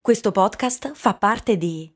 Questo podcast fa parte di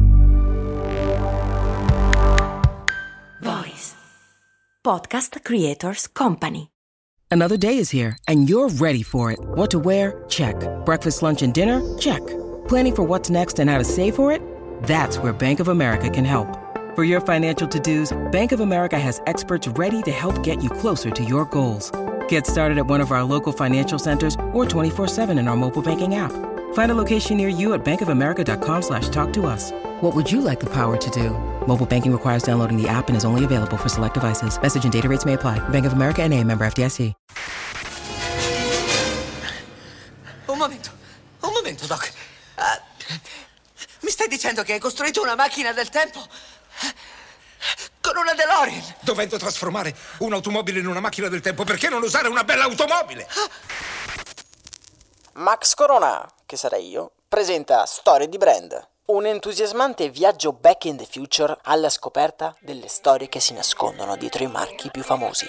Voice Podcast Creators Company. Another day is here, and you're ready for it. What to wear? Check. Breakfast, lunch, and dinner? Check. Planning for what's next and how to save for it? That's where Bank of America can help. For your financial to-dos, Bank of America has experts ready to help get you closer to your goals. Get started at one of our local financial centers or 24/7 in our mobile banking app. Find a location near you at bankofamerica.com/talktous. What would you like the power to do? Mobile banking requires downloading the app and is only available for select devices. Message and data rates may apply. Bank of America N.A., member FDIC. Un momento, Doc. Mi stai dicendo che hai costruito una macchina del tempo? Con una DeLorean? Dovendo trasformare un'automobile in una macchina del tempo, perché non usare una bella automobile? Max Corona, che sarei io, presenta Storie di Brand, un entusiasmante viaggio back in the future alla scoperta delle storie che si nascondono dietro i marchi più famosi.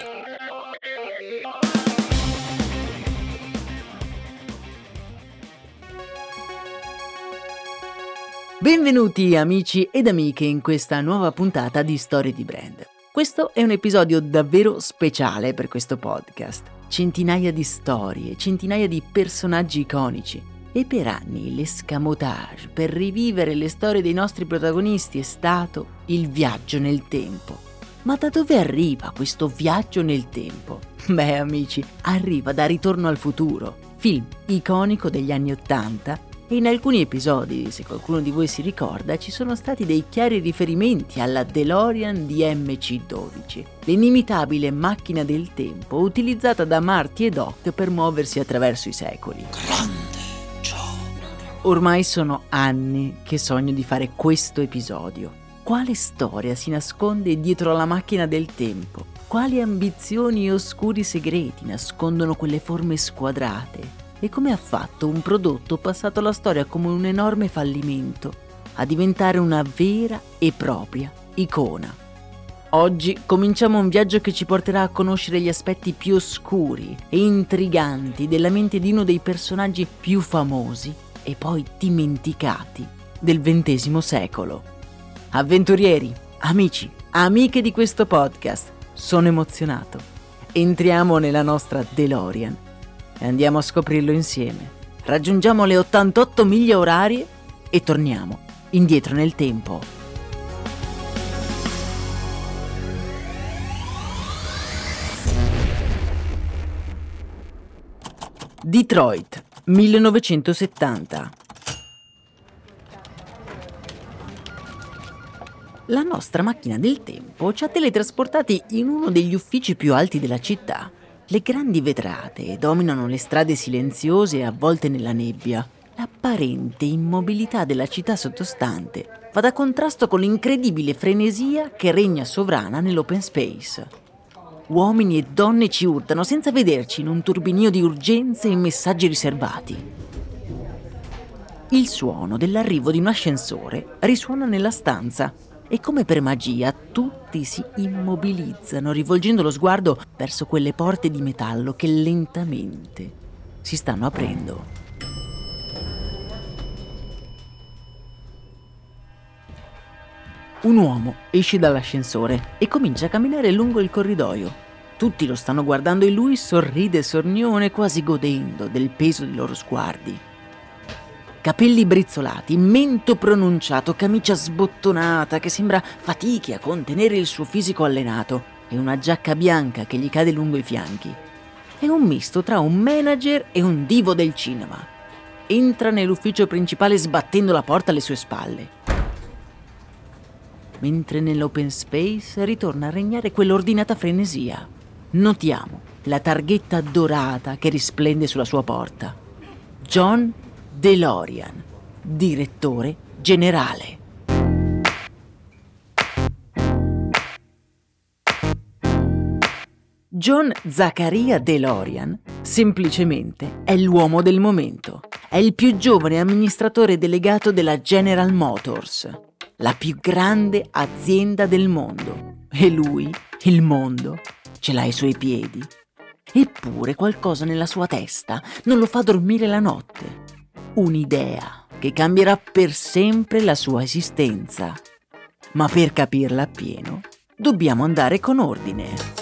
Benvenuti amici ed amiche in questa nuova puntata di Storie di Brand. Questo è un episodio davvero speciale per questo podcast. Centinaia di storie, centinaia di personaggi iconici. E per anni l'escamotage per rivivere le storie dei nostri protagonisti è stato il viaggio nel tempo. Ma da dove arriva questo viaggio nel tempo? Beh amici, arriva da Ritorno al futuro, film iconico degli anni '80. E in alcuni episodi, se qualcuno di voi si ricorda, ci sono stati dei chiari riferimenti alla DeLorean di MC-12, l'inimitabile macchina del tempo utilizzata da Marty e Doc per muoversi attraverso i secoli. Grande Joe. Ormai sono anni che sogno di fare questo episodio. Quale storia si nasconde dietro la macchina del tempo? Quali ambizioni e oscuri segreti nascondono quelle forme squadrate? E come ha fatto un prodotto passato alla storia come un enorme fallimento a diventare una vera e propria icona. Oggi cominciamo un viaggio che ci porterà a conoscere gli aspetti più oscuri e intriganti della mente di uno dei personaggi più famosi e poi dimenticati del XX secolo. Avventurieri, amici, amiche di questo podcast, sono emozionato. Entriamo nella nostra DeLorean e andiamo a scoprirlo insieme. Raggiungiamo le 88 miglia orarie e torniamo indietro nel tempo. Detroit, 1970. La nostra macchina del tempo ci ha teletrasportati in uno degli uffici più alti della città. Le grandi vetrate dominano le strade silenziose e avvolte nella nebbia. L'apparente immobilità della città sottostante va da contrasto con l'incredibile frenesia che regna sovrana nell'open space. Uomini e donne ci urtano senza vederci in un turbinio di urgenze e messaggi riservati. Il suono dell'arrivo di un ascensore risuona nella stanza e come per magia tutti si immobilizzano rivolgendo lo sguardo verso quelle porte di metallo che lentamente si stanno aprendo. Un uomo esce dall'ascensore e comincia a camminare lungo il corridoio. Tutti lo stanno guardando e lui sorride sornione, quasi godendo del peso dei loro sguardi. Capelli brizzolati, mento pronunciato, camicia sbottonata che sembra fatichi a contenere il suo fisico allenato e una giacca bianca che gli cade lungo i fianchi. È un misto tra un manager e un divo del cinema. Entra nell'ufficio principale sbattendo la porta alle sue spalle. Mentre nell'open space ritorna a regnare quell'ordinata frenesia. Notiamo la targhetta dorata che risplende sulla sua porta. John DeLorean, direttore generale. John Zachariah DeLorean semplicemente è l'uomo del momento. È il più giovane amministratore delegato della General Motors, la più grande azienda del mondo. E lui, il mondo, ce l'ha ai suoi piedi. Eppure qualcosa nella sua testa non lo fa dormire la notte. Un'idea che cambierà per sempre la sua esistenza. Ma per capirla appieno, dobbiamo andare con ordine.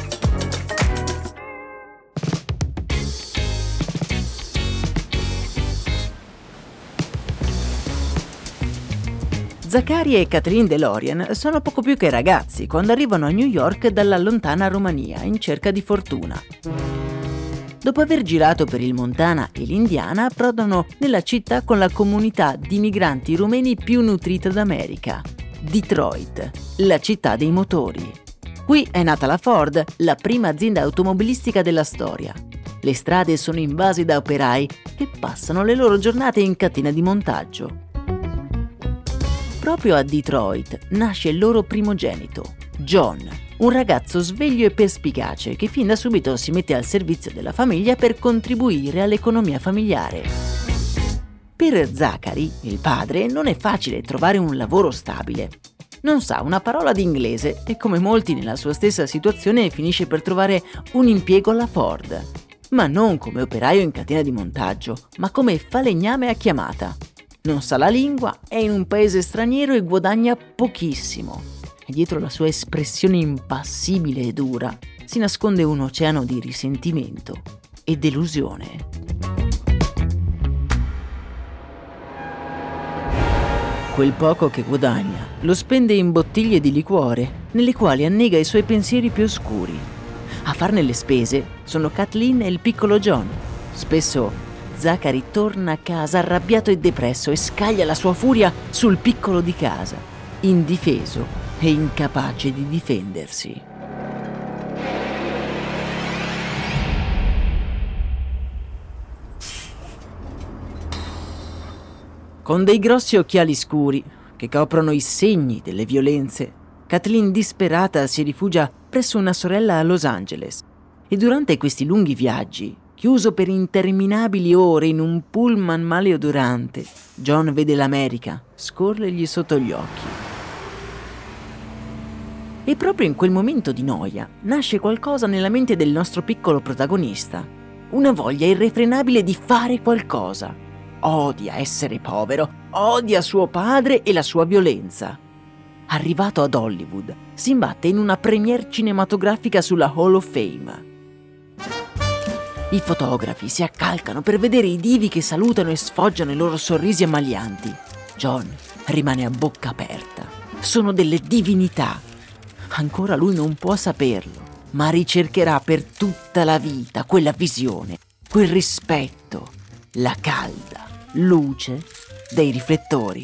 Zachary e Kathleen DeLorean sono poco più che ragazzi quando arrivano a New York dalla lontana Romania in cerca di fortuna. Dopo aver girato per il Montana e l'Indiana, approdano nella città con la comunità di migranti rumeni più nutrita d'America, Detroit, la città dei motori. Qui è nata la Ford, la prima azienda automobilistica della storia. Le strade sono invase da operai che passano le loro giornate in catena di montaggio. Proprio a Detroit nasce il loro primogenito, John, un ragazzo sveglio e perspicace che fin da subito si mette al servizio della famiglia per contribuire all'economia familiare. Per Zachary, il padre, non è facile trovare un lavoro stabile. Non sa una parola di inglese e, come molti nella sua stessa situazione, finisce per trovare un impiego alla Ford, ma non come operaio in catena di montaggio, ma come falegname a chiamata. Non sa la lingua, è in un paese straniero e guadagna pochissimo. E dietro la sua espressione impassibile e dura si nasconde un oceano di risentimento e delusione. Quel poco che guadagna lo spende in bottiglie di liquore, nelle quali annega i suoi pensieri più oscuri. A farne le spese sono Kathleen e il piccolo John. Spesso Zachary torna a casa arrabbiato e depresso e scaglia la sua furia sul piccolo di casa, indifeso e incapace di difendersi. Con dei grossi occhiali scuri che coprono i segni delle violenze, Kathleen disperata si rifugia presso una sorella a Los Angeles e durante questi lunghi viaggi, chiuso per interminabili ore in un pullman maleodorante, John vede l'America scorrergli sotto gli occhi. E proprio in quel momento di noia nasce qualcosa nella mente del nostro piccolo protagonista, una voglia irrefrenabile di fare qualcosa. Odia essere povero, odia suo padre e la sua violenza. Arrivato ad Hollywood, si imbatte in una premiere cinematografica sulla Hall of Fame. I fotografi si accalcano per vedere i divi che salutano e sfoggiano i loro sorrisi ammalianti. John rimane a bocca aperta. Sono delle divinità. Ancora lui non può saperlo, ma ricercherà per tutta la vita quella visione, quel rispetto, la calda luce dei riflettori.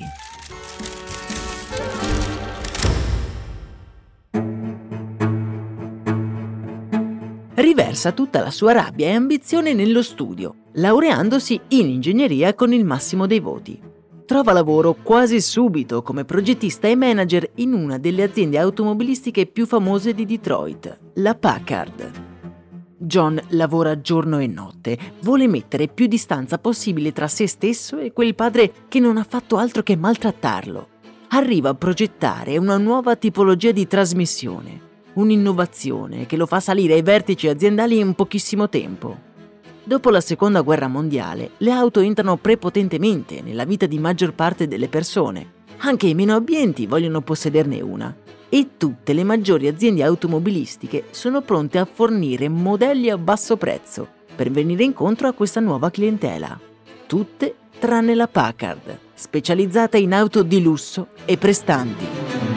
Riversa tutta la sua rabbia e ambizione nello studio, laureandosi in ingegneria con il massimo dei voti. Trova lavoro quasi subito come progettista e manager in una delle aziende automobilistiche più famose di Detroit, la Packard. John lavora giorno e notte, vuole mettere più distanza possibile tra se stesso e quel padre che non ha fatto altro che maltrattarlo. Arriva a progettare una nuova tipologia di trasmissione, un'innovazione che lo fa salire ai vertici aziendali in pochissimo tempo. Dopo la Seconda Guerra Mondiale, le auto entrano prepotentemente nella vita di maggior parte delle persone. Anche i meno abbienti vogliono possederne una. E tutte le maggiori aziende automobilistiche sono pronte a fornire modelli a basso prezzo per venire incontro a questa nuova clientela. Tutte tranne la Packard, specializzata in auto di lusso e prestanti.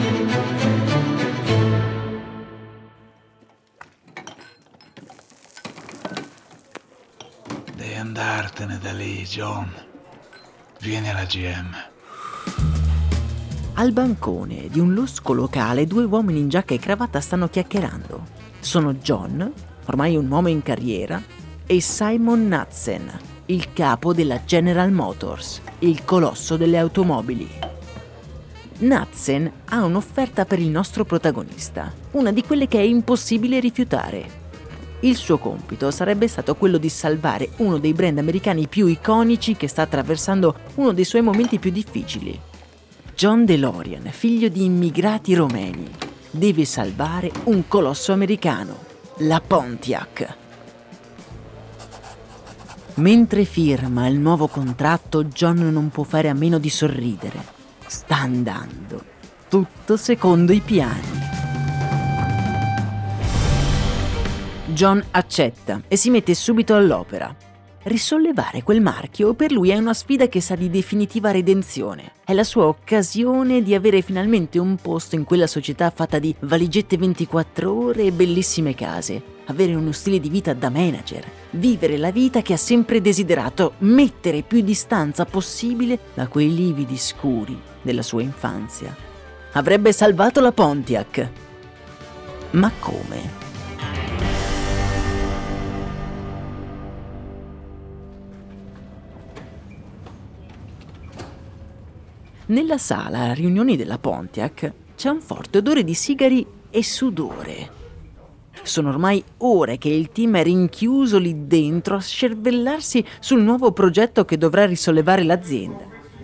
Devi andartene da lì, John. Vieni alla GM. Al bancone di un losco locale, due uomini in giacca e cravatta stanno chiacchierando. Sono John, ormai un uomo in carriera, e Simon Knudsen, il capo della General Motors, il colosso delle automobili. Knudsen ha un'offerta per il nostro protagonista, una di quelle che è impossibile rifiutare. Il suo compito sarebbe stato quello di salvare uno dei brand americani più iconici che sta attraversando uno dei suoi momenti più difficili. John DeLorean, figlio di immigrati romeni, deve salvare un colosso americano, la Pontiac. Mentre firma il nuovo contratto, John non può fare a meno di sorridere. Sta andando tutto secondo i piani. John accetta e si mette subito all'opera. Risollevare quel marchio per lui è una sfida che sa di definitiva redenzione. È la sua occasione di avere finalmente un posto in quella società fatta di valigette 24 ore e bellissime case. Avere uno stile di vita da manager. Vivere la vita che ha sempre desiderato. Mettere più distanza possibile da quei lividi scuri della sua infanzia. Avrebbe salvato la Pontiac. Ma come? Nella sala riunioni della Pontiac c'è un forte odore di sigari e sudore. Sono ormai ore che il team è rinchiuso lì dentro a scervellarsi sul nuovo progetto che dovrà risollevare l'azienda.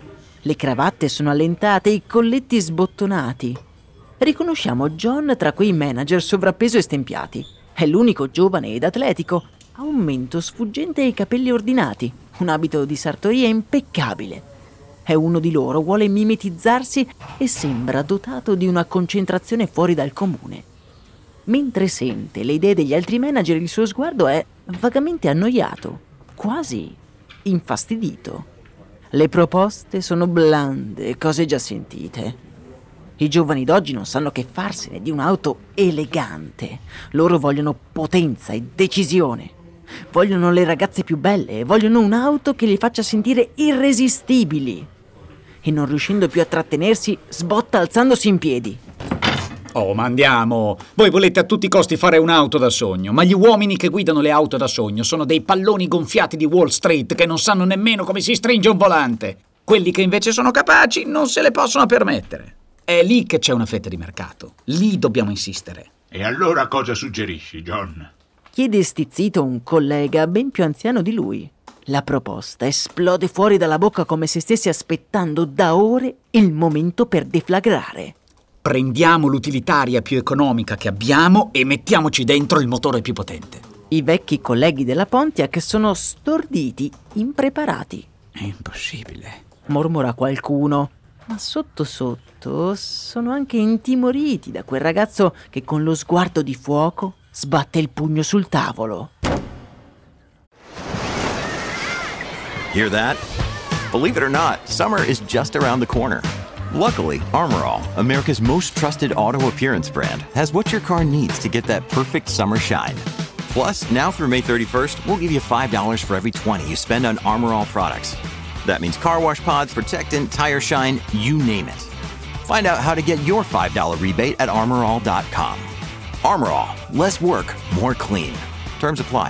Le cravatte sono allentate e i colletti sbottonati. Riconosciamo John tra quei manager sovrappeso e stempiati. È l'unico giovane ed atletico. Ha un mento sfuggente e i capelli ordinati, un abito di sartoria impeccabile. È uno di loro, vuole mimetizzarsi e sembra dotato di una concentrazione fuori dal comune. Mentre sente le idee degli altri manager, il suo sguardo è vagamente annoiato, quasi infastidito. Le proposte sono blande, cose già sentite. I giovani d'oggi non sanno che farsene di un'auto elegante. Loro vogliono potenza e decisione. Vogliono le ragazze più belle, vogliono un'auto che li faccia sentire irresistibili. E non riuscendo più a trattenersi, sbotta alzandosi in piedi. Oh, ma andiamo! Voi volete a tutti i costi fare un'auto da sogno, ma gli uomini che guidano le auto da sogno sono dei palloni gonfiati di Wall Street che non sanno nemmeno come si stringe un volante. Quelli che invece sono capaci non se le possono permettere. È lì che c'è una fetta di mercato. Lì dobbiamo insistere. E allora cosa suggerisci, John? Chiede stizzito un collega ben più anziano di lui. La proposta esplode fuori dalla bocca come se stesse aspettando da ore il momento per deflagrare. Prendiamo l'utilitaria più economica che abbiamo e mettiamoci dentro il motore più potente. I vecchi colleghi della Pontiac sono storditi, impreparati. È impossibile, mormora qualcuno, ma sotto sotto sono anche intimoriti da quel ragazzo che con lo sguardo di fuoco sbatte il pugno sul tavolo. Hear that? Believe it or not, summer is just around the corner. Luckily, Armor All, America's most trusted auto appearance brand, has what your car needs to get that perfect summer shine. Plus, now through May 31st, we'll give you $5 for every $20 you spend on Armor All products. That means car wash pods, protectant, tire shine, you name it. Find out how to get your $5 rebate at armorall.com. Armor All, less work, more clean. Terms apply.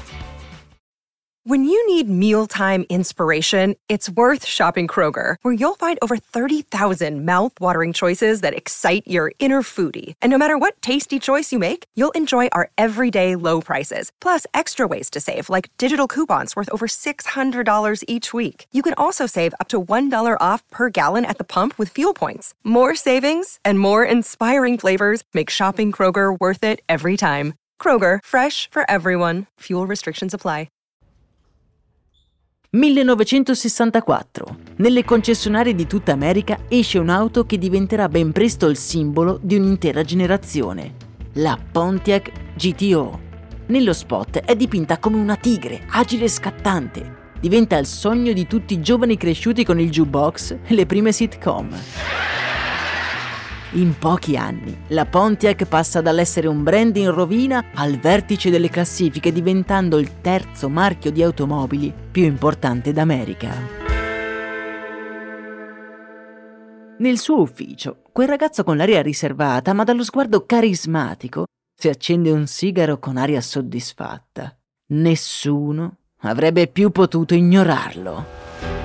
When you need mealtime inspiration, it's worth shopping Kroger, where you'll find over 30,000 mouth-watering choices that excite your inner foodie. And no matter what tasty choice you make, you'll enjoy our everyday low prices, plus extra ways to save, like digital coupons worth over $600 each week. You can also save up to $1 off per gallon at the pump with fuel points. More savings and more inspiring flavors make shopping Kroger worth it every time. Kroger, fresh for everyone. Fuel restrictions apply. 1964. Nelle concessionarie di tutta America esce un'auto che diventerà ben presto il simbolo di un'intera generazione. La Pontiac GTO. Nello spot è dipinta come una tigre, agile e scattante. Diventa il sogno di tutti i giovani cresciuti con il jukebox e le prime sitcom. In pochi anni, la Pontiac passa dall'essere un brand in rovina al vertice delle classifiche, diventando il terzo marchio di automobili più importante d'America. Nel suo ufficio, quel ragazzo con l'aria riservata ma dallo sguardo carismatico si accende un sigaro con aria soddisfatta. Nessuno avrebbe più potuto ignorarlo.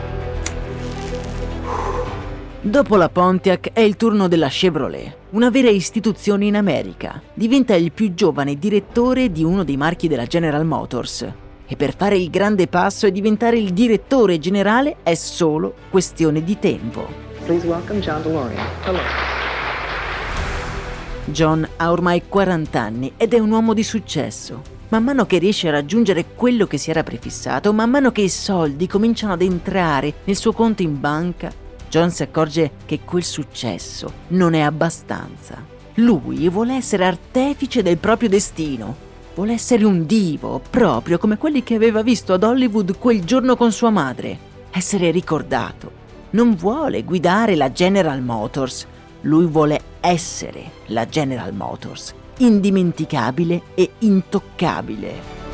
Dopo la Pontiac è il turno della Chevrolet, una vera istituzione in America. Diventa il più giovane direttore di uno dei marchi della General Motors. E per fare il grande passo e diventare il direttore generale è solo questione di tempo. Please welcome John DeLorean. Hello. John ha ormai 40 anni ed è un uomo di successo. Man mano che riesce a raggiungere quello che si era prefissato, man mano che i soldi cominciano ad entrare nel suo conto in banca, John si accorge che quel successo non è abbastanza. Lui vuole essere artefice del proprio destino. Vuole essere un divo, proprio come quelli che aveva visto ad Hollywood quel giorno con sua madre. Essere ricordato. Non vuole guidare la General Motors. Lui vuole essere la General Motors. Indimenticabile e intoccabile.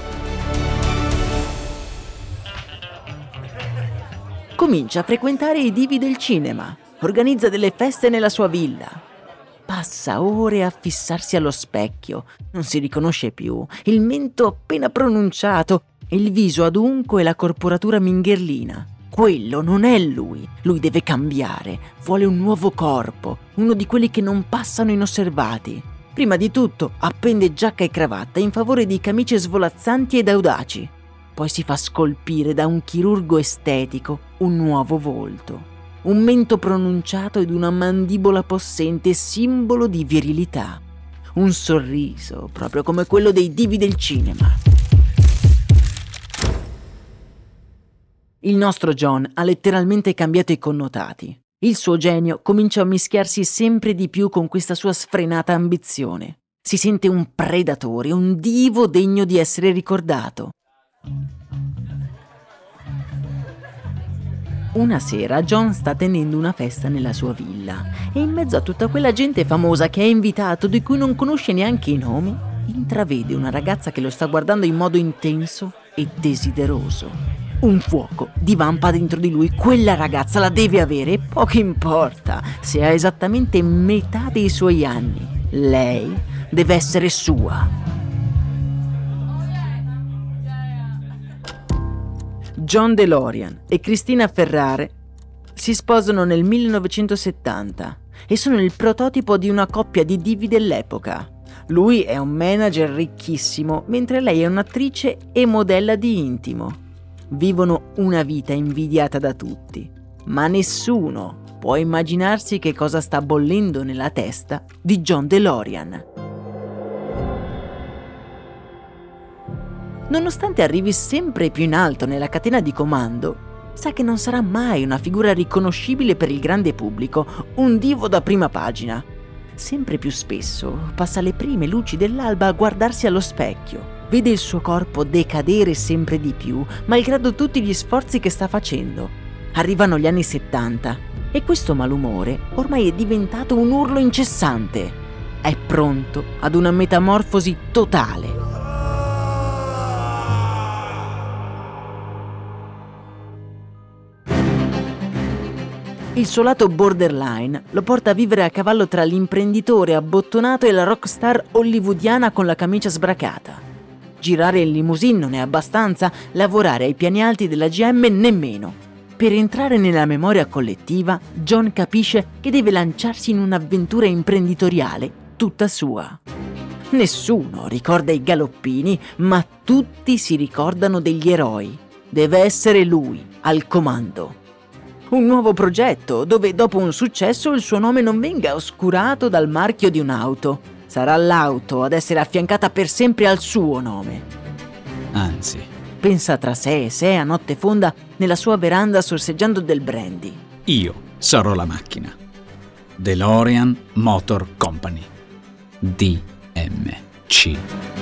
Comincia a frequentare i divi del cinema, organizza delle feste nella sua villa. Passa ore a fissarsi allo specchio, non si riconosce più, il mento appena pronunciato, il viso adunco e la corporatura mingherlina. Quello non è lui deve cambiare, vuole un nuovo corpo, uno di quelli che non passano inosservati. Prima di tutto appende giacca e cravatta in favore di camicie svolazzanti ed audaci. Poi si fa scolpire da un chirurgo estetico un nuovo volto. Un mento pronunciato ed una mandibola possente, simbolo di virilità. Un sorriso, proprio come quello dei divi del cinema. Il nostro John ha letteralmente cambiato i connotati. Il suo genio comincia a mischiarsi sempre di più con questa sua sfrenata ambizione. Si sente un predatore, un divo degno di essere ricordato. Una sera John sta tenendo una festa nella sua villa e in mezzo a tutta quella gente famosa che ha invitato, di cui non conosce neanche i nomi, intravede una ragazza che lo sta guardando in modo intenso e desideroso. Un fuoco divampa dentro di lui, quella ragazza la deve avere e poco importa se ha esattamente metà dei suoi anni. Lei deve essere sua. John DeLorean e Cristina Ferrare si sposano nel 1970 e sono il prototipo di una coppia di divi dell'epoca. Lui è un manager ricchissimo, mentre lei è un'attrice e modella di intimo. Vivono una vita invidiata da tutti, ma nessuno può immaginarsi che cosa sta bollendo nella testa di John DeLorean. Nonostante arrivi sempre più in alto nella catena di comando, sa che non sarà mai una figura riconoscibile per il grande pubblico, un divo da prima pagina. Sempre più spesso passa le prime luci dell'alba a guardarsi allo specchio. Vede il suo corpo decadere sempre di più, malgrado tutti gli sforzi che sta facendo. Arrivano gli anni 70 e questo malumore ormai è diventato un urlo incessante. È pronto ad una metamorfosi totale. Il suo lato borderline lo porta a vivere a cavallo tra l'imprenditore abbottonato e la rockstar hollywoodiana con la camicia sbracata. Girare in limousine non è abbastanza, lavorare ai piani alti della GM nemmeno. Per entrare nella memoria collettiva, John capisce che deve lanciarsi in un'avventura imprenditoriale tutta sua. Nessuno ricorda i galoppini, ma tutti si ricordano degli eroi. Deve essere lui al comando. Un nuovo progetto dove dopo un successo il suo nome non venga oscurato dal marchio di un'auto. Sarà l'auto ad essere affiancata per sempre al suo nome. Anzi, pensa tra sé e sé a notte fonda nella sua veranda sorseggiando del brandy. Io sarò la macchina. DeLorean Motor Company. DMC.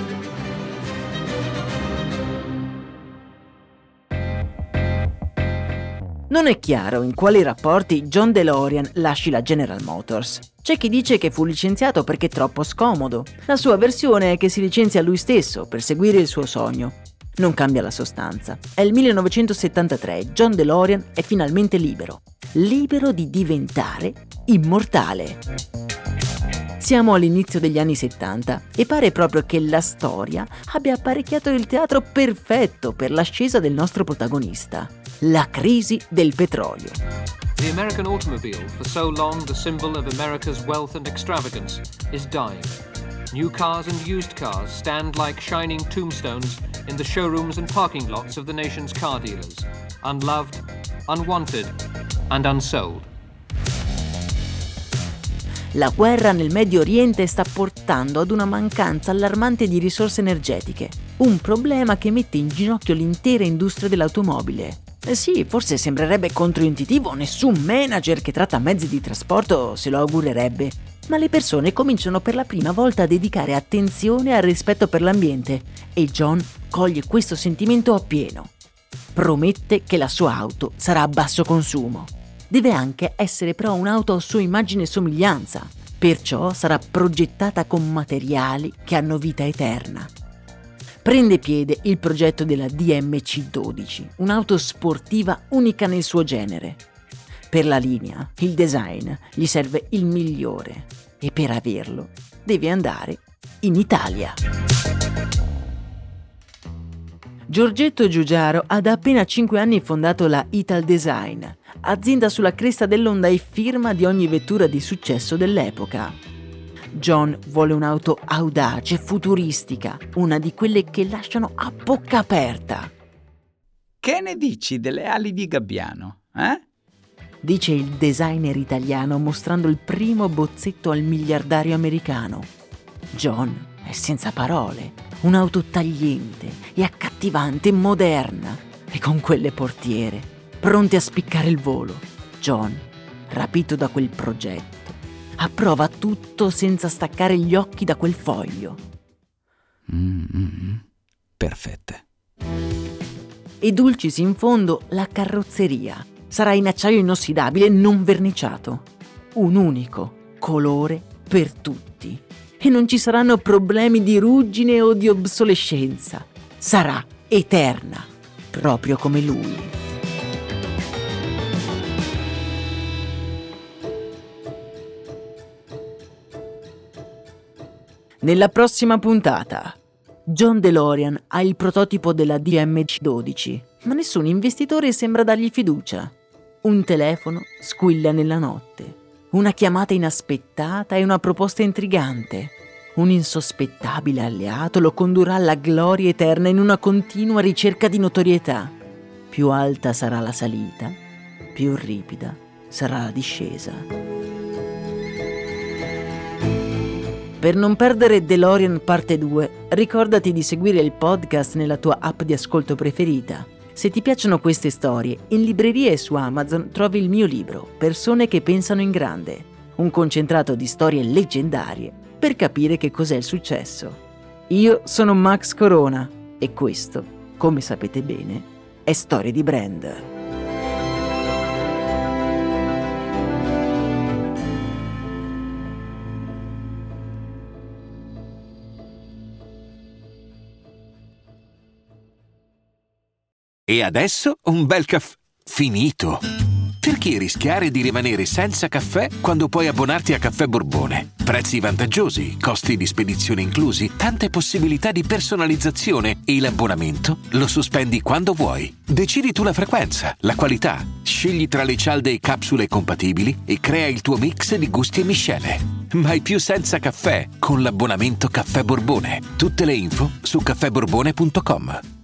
Non è chiaro in quali rapporti John DeLorean lasci la General Motors. C'è chi dice che fu licenziato perché troppo scomodo. La sua versione è che si licenzia lui stesso per seguire il suo sogno. Non cambia la sostanza. È il 1973, John DeLorean è finalmente libero. Libero di diventare immortale. Siamo all'inizio degli anni 70 e pare proprio che la storia abbia apparecchiato il teatro perfetto per l'ascesa del nostro protagonista. La crisi del petrolio. The American automobile, for so long the symbol of America's wealth and extravagance, is dying. New cars and used cars stand like shining tombstones in the showrooms and parking lots of the nation's car dealers, unloved, unwanted, and unsold. La guerra nel Medio Oriente sta portando ad una mancanza allarmante di risorse energetiche, un problema che mette in ginocchio l'intera industria dell'automobile. Sì, forse sembrerebbe controintuitivo, nessun manager che tratta mezzi di trasporto se lo augurerebbe, ma le persone cominciano per la prima volta a dedicare attenzione al rispetto per l'ambiente e John coglie questo sentimento appieno. Promette che la sua auto sarà a basso consumo. Deve anche essere però un'auto a sua immagine e somiglianza, perciò sarà progettata con materiali che hanno vita eterna. Prende piede il progetto della DMC-12, un'auto sportiva unica nel suo genere. Per la linea, il design gli serve il migliore e per averlo deve andare in Italia. Giorgetto Giugiaro ha da appena 5 anni fondato la Ital Design, azienda sulla cresta dell'onda e firma di ogni vettura di successo dell'epoca. John vuole un'auto audace, futuristica, una di quelle che lasciano a bocca aperta. Che ne dici delle ali di Gabbiano, Dice il designer italiano mostrando il primo bozzetto al miliardario americano. John è senza parole, un'auto tagliente e accattivante, moderna e con quelle portiere, pronte a spiccare il volo. John, rapito da quel progetto, approva tutto senza staccare gli occhi da quel foglio. Perfette. E dulcis in fondo la carrozzeria. Sarà in acciaio inossidabile non verniciato. Un unico colore per tutti. E non ci saranno problemi di ruggine o di obsolescenza. Sarà eterna, proprio come lui. Nella prossima puntata, John DeLorean ha il prototipo della DMC-12, ma nessun investitore sembra dargli fiducia. Un telefono squilla nella notte, una chiamata inaspettata e una proposta intrigante. Un insospettabile alleato lo condurrà alla gloria eterna in una continua ricerca di notorietà. Più alta sarà la salita, più ripida sarà la discesa. Per non perdere DeLorean parte 2, ricordati di seguire il podcast nella tua app di ascolto preferita. Se ti piacciono queste storie, in libreria e su Amazon trovi il mio libro Persone che pensano in grande, un concentrato di storie leggendarie per capire che cos'è il successo. Io sono Max Corona e questo, come sapete bene, è Storie di Brand. E adesso un bel caffè finito. Perché rischiare di rimanere senza caffè quando puoi abbonarti a Caffè Borbone? Prezzi vantaggiosi, costi di spedizione inclusi, tante possibilità di personalizzazione e l'abbonamento lo sospendi quando vuoi. Decidi tu la frequenza, la qualità, scegli tra le cialde e capsule compatibili e crea il tuo mix di gusti e miscele. Mai più senza caffè con l'abbonamento Caffè Borbone. Tutte le info su caffèborbone.com.